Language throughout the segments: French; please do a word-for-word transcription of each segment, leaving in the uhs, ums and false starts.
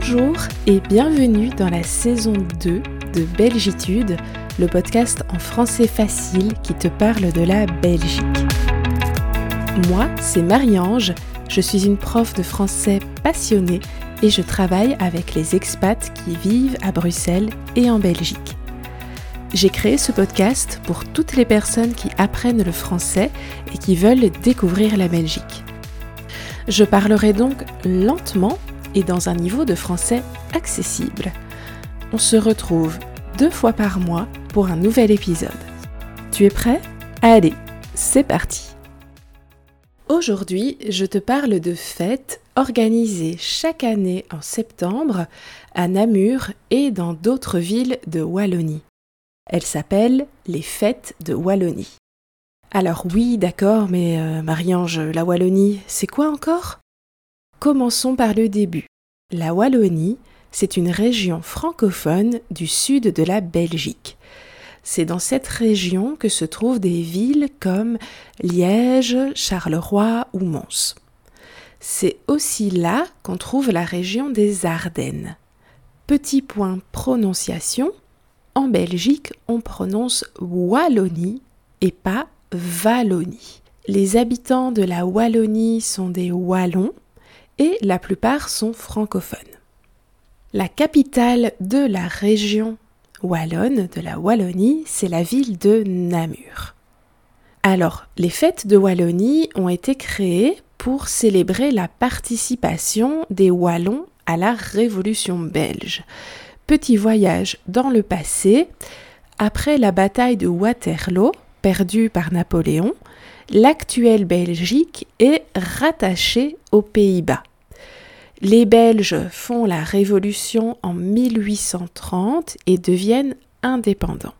Bonjour et bienvenue dans la saison deux de Belgitude, le podcast en français facile qui te parle de la Belgique. Moi, c'est Marie-Ange, je suis une prof de français passionnée et je travaille avec les expats qui vivent à Bruxelles et en Belgique. J'ai créé ce podcast pour toutes les personnes qui apprennent le français et qui veulent découvrir la Belgique. Je parlerai donc lentement et dans un niveau de français accessible. On se retrouve deux fois par mois pour un nouvel épisode. Tu es prêt ? Allez, c'est parti ! Aujourd'hui, je te parle de fêtes organisées chaque année en septembre à Namur et dans d'autres villes de Wallonie. Elles s'appellent les fêtes de Wallonie. Alors oui, d'accord, mais euh, Marie-Ange, la Wallonie, c'est quoi encore ? Commençons par le début. La Wallonie, c'est une région francophone du sud de la Belgique. C'est dans cette région que se trouvent des villes comme Liège, Charleroi ou Mons. C'est aussi là qu'on trouve la région des Ardennes. Petit point prononciation, en Belgique, on prononce Wallonie et pas Wallonie. Les habitants de la Wallonie sont des Wallons et la plupart sont francophones. La capitale de la région wallonne, de la Wallonie, c'est la ville de Namur. Alors, les fêtes de Wallonie ont été créées pour célébrer la participation des Wallons à la Révolution belge. Petit voyage dans le passé, après la bataille de Waterloo, perdue par Napoléon, l'actuelle Belgique est rattachée aux Pays-Bas. Les Belges font la Révolution en mille huit cent trente et deviennent indépendants.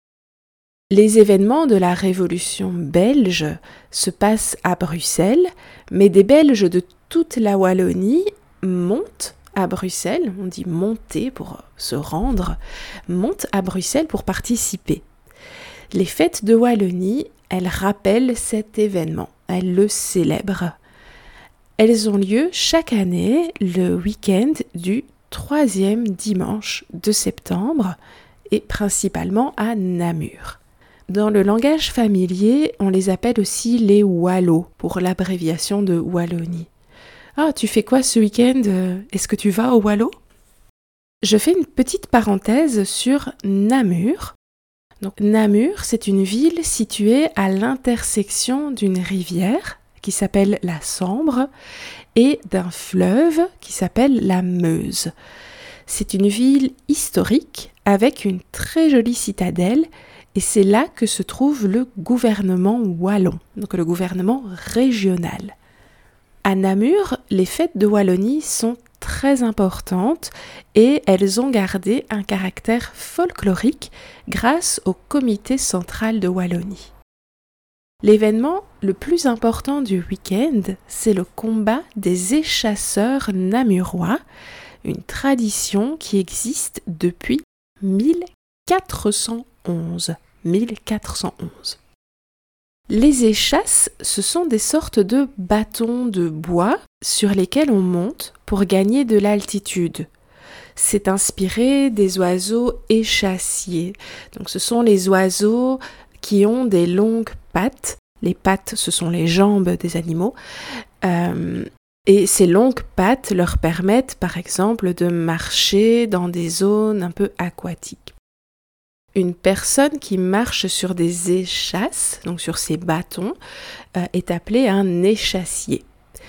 Les événements de la Révolution belge se passent à Bruxelles, mais des Belges de toute la Wallonie montent à Bruxelles, on dit monter pour se rendre, montent à Bruxelles pour participer. Les fêtes de Wallonie, elles rappellent cet événement, elles le célèbrent. Elles ont lieu chaque année le week-end du troisième dimanche de septembre et principalement à Namur. Dans le langage familier, on les appelle aussi les Wallos pour l'abréviation de Wallonie. Ah, tu fais quoi ce week-end ? Est-ce que tu vas au Wallo ? Je fais une petite parenthèse sur Namur. Donc, Namur, c'est une ville située à l'intersection d'une rivière qui s'appelle la Sambre et d'un fleuve qui s'appelle la Meuse. C'est une ville historique avec une très jolie citadelle et c'est là que se trouve le gouvernement wallon, donc le gouvernement régional. À Namur, les fêtes de Wallonie sont très importantes et elles ont gardé un caractère folklorique grâce au comité central de Wallonie. L'événement le plus important du week-end, c'est le combat des échasseurs namurois, une tradition qui existe depuis mille quatre cent onze. mille quatre cent onze. Les échasses, ce sont des sortes de bâtons de bois sur lesquels on monte pour gagner de l'altitude. C'est inspiré des oiseaux échassiers. Donc ce sont les oiseaux qui ont des longues pattes. Les pattes, ce sont les jambes des animaux. Euh, et ces longues pattes leur permettent, par exemple, de marcher dans des zones un peu aquatiques. Une personne qui marche sur des échasses, donc sur ces bâtons, euh, est appelée un échassier.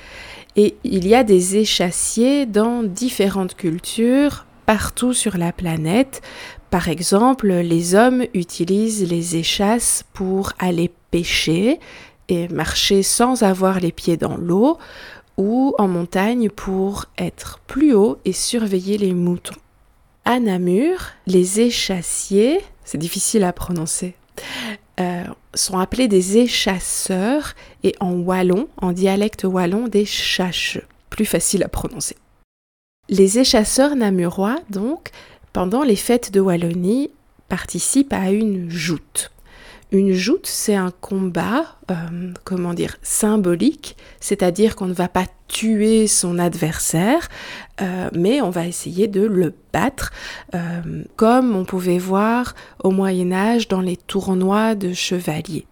Et il y a des échassiers dans différentes cultures, partout sur la planète. Par exemple, les hommes utilisent les échasses pour aller pêcher et marcher sans avoir les pieds dans l'eau, ou en montagne pour être plus haut et surveiller les moutons. À Namur, les échassiers, c'est difficile à prononcer, euh, sont appelés des échasseurs et en wallon, en dialecte wallon, des chacheux, plus facile à prononcer. Les échasseurs namurois, donc, pendant les fêtes de Wallonie, participent à une joute. Une joute, c'est un combat, euh, comment dire, symbolique, c'est-à-dire qu'on ne va pas tuer son adversaire, euh, mais on va essayer de le battre, euh, comme on pouvait voir au Moyen-Âge dans les tournois de chevaliers.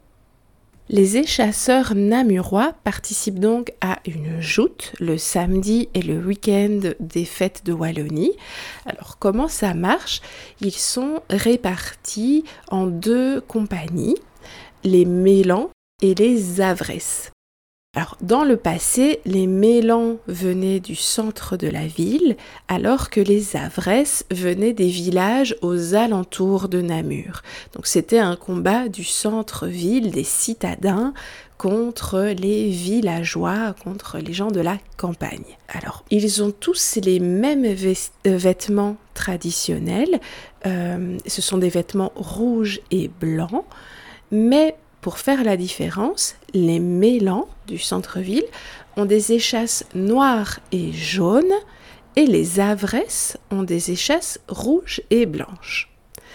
Les échasseurs namurois participent donc à une joute le samedi et le week-end des fêtes de Wallonie. Alors comment ça marche ? Ils sont répartis en deux compagnies, les Mélans et les Avresses. Alors, dans le passé, les Mélans venaient du centre de la ville, alors que les Avresses venaient des villages aux alentours de Namur. Donc, c'était un combat du centre-ville, des citadins, contre les villageois, contre les gens de la campagne. Alors, ils ont tous les mêmes ves- vêtements traditionnels, euh, ce sont des vêtements rouges et blancs, mais pour faire la différence, les Mélans du centre-ville ont des échasses noires et jaunes et les Avresses ont des échasses rouges et blanches.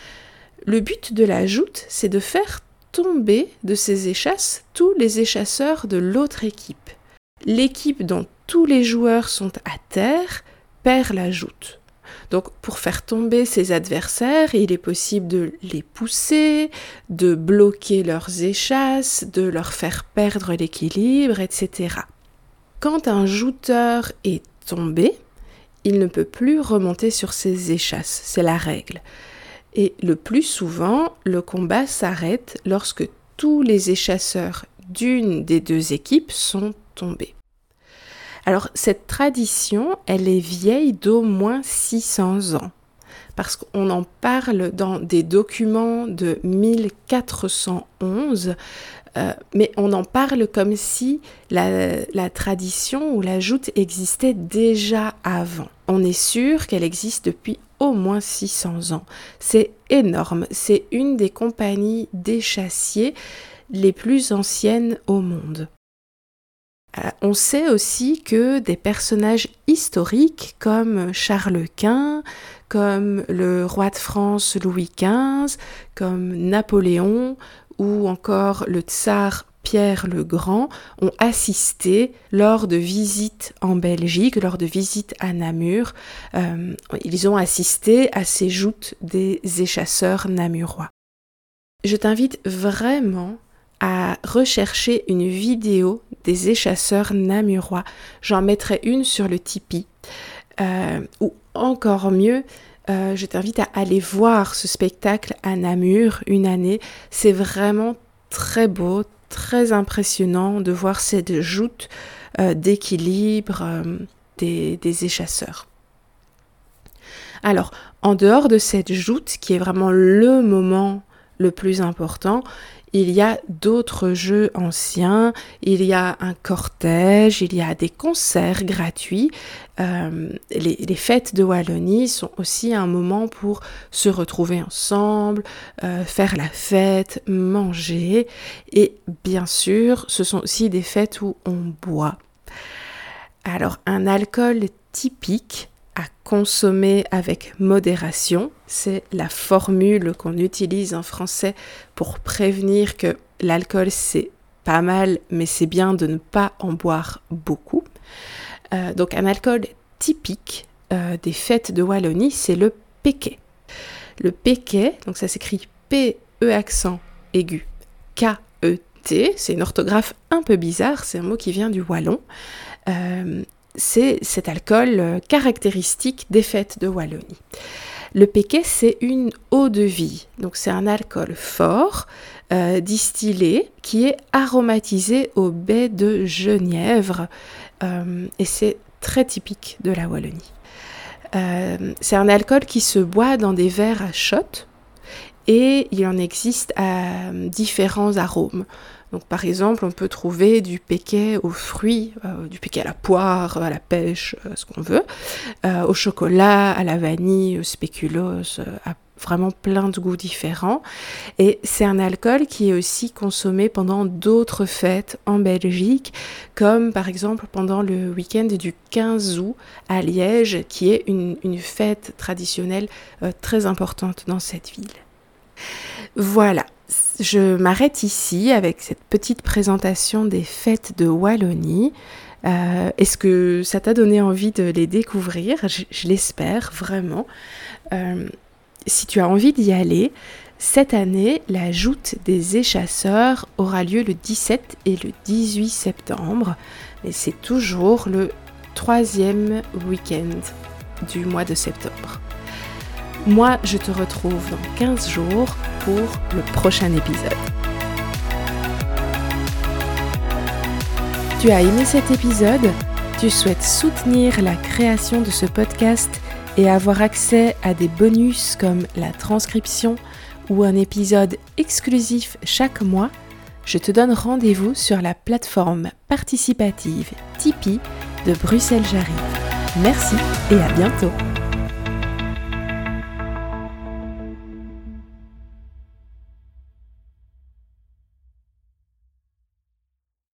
Le but de la joute, c'est de faire tomber de ces échasses tous les échasseurs de l'autre équipe. L'équipe dont tous les joueurs sont à terre perd la joute. Donc, pour faire tomber ses adversaires, il est possible de les pousser, de bloquer leurs échasses, de leur faire perdre l'équilibre, et cetera. Quand un jouteur est tombé, il ne peut plus remonter sur ses échasses, c'est la règle. Et le plus souvent, le combat s'arrête lorsque tous les échasseurs d'une des deux équipes sont tombés. Alors, cette tradition, elle est vieille d'au moins six cents ans, parce qu'on en parle dans des documents de mille quatre cent onze, euh, mais on en parle comme si la, la tradition ou la joute existait déjà avant. On est sûr qu'elle existe depuis au moins six cents ans. C'est énorme, c'est une des compagnies d'échassiers les plus anciennes au monde. On sait aussi que des personnages historiques comme Charles Quint, comme le roi de France Louis quinze, comme Napoléon ou encore le tsar Pierre le Grand ont assisté lors de visites en Belgique, lors de visites à Namur. Euh, ils ont assisté à ces joutes des échasseurs namurois. Je t'invite vraiment à rechercher une vidéo des échasseurs namurois. J'en mettrai une sur le Tipeee. Euh, ou encore mieux, euh, je t'invite à aller voir ce spectacle à Namur une année. C'est vraiment très beau, très impressionnant de voir cette joute euh, d'équilibre euh, des, des échasseurs. Alors, en dehors de cette joute, qui est vraiment le moment le plus important, il y a d'autres jeux anciens, il y a un cortège, il y a des concerts gratuits. Euh, les, les fêtes de Wallonie sont aussi un moment pour se retrouver ensemble, euh, faire la fête, manger. Et bien sûr, ce sont aussi des fêtes où on boit. Alors, un alcool typique à consommer avec modération. C'est la formule qu'on utilise en français pour prévenir que l'alcool c'est pas mal, mais c'est bien de ne pas en boire beaucoup. Euh, donc un alcool typique euh, des fêtes de Wallonie, c'est le péquet. Le péquet, donc ça s'écrit P E accent aigu K E T, c'est une orthographe un peu bizarre, c'est un mot qui vient du wallon. Euh, c'est cet alcool caractéristique des fêtes de Wallonie. Le péquet, c'est une eau de vie, donc c'est un alcool fort, euh, distillé, qui est aromatisé au baies de genièvre, euh, et c'est très typique de la Wallonie. Euh, c'est un alcool qui se boit dans des verres à shot, et il en existe à différents arômes. Donc, par exemple, on peut trouver du péquet aux fruits, euh, du péquet à la poire, à la pêche, euh, ce qu'on veut, euh, au chocolat, à la vanille, au spéculoos, euh, à vraiment plein de goûts différents. Et c'est un alcool qui est aussi consommé pendant d'autres fêtes en Belgique, comme par exemple pendant le week-end du quinze août à Liège, qui est une, une fête traditionnelle euh, très importante dans cette ville. Voilà, je m'arrête ici avec cette petite présentation des fêtes de Wallonie. Euh, est-ce que ça t'a donné envie de les découvrir ? Je, je l'espère vraiment. Euh, si tu as envie d'y aller, cette année, la joute des échasseurs aura lieu le dix-sept et le dix-huit septembre. Et c'est toujours le troisième week-end du mois de septembre. Moi, je te retrouve dans quinze jours pour le prochain épisode. Tu as aimé cet épisode ? Tu souhaites soutenir la création de ce podcast et avoir accès à des bonus comme la transcription ou un épisode exclusif chaque mois ? Je te donne rendez-vous sur la plateforme participative Tipeee de Bruxelles J'arrive. Merci et à bientôt.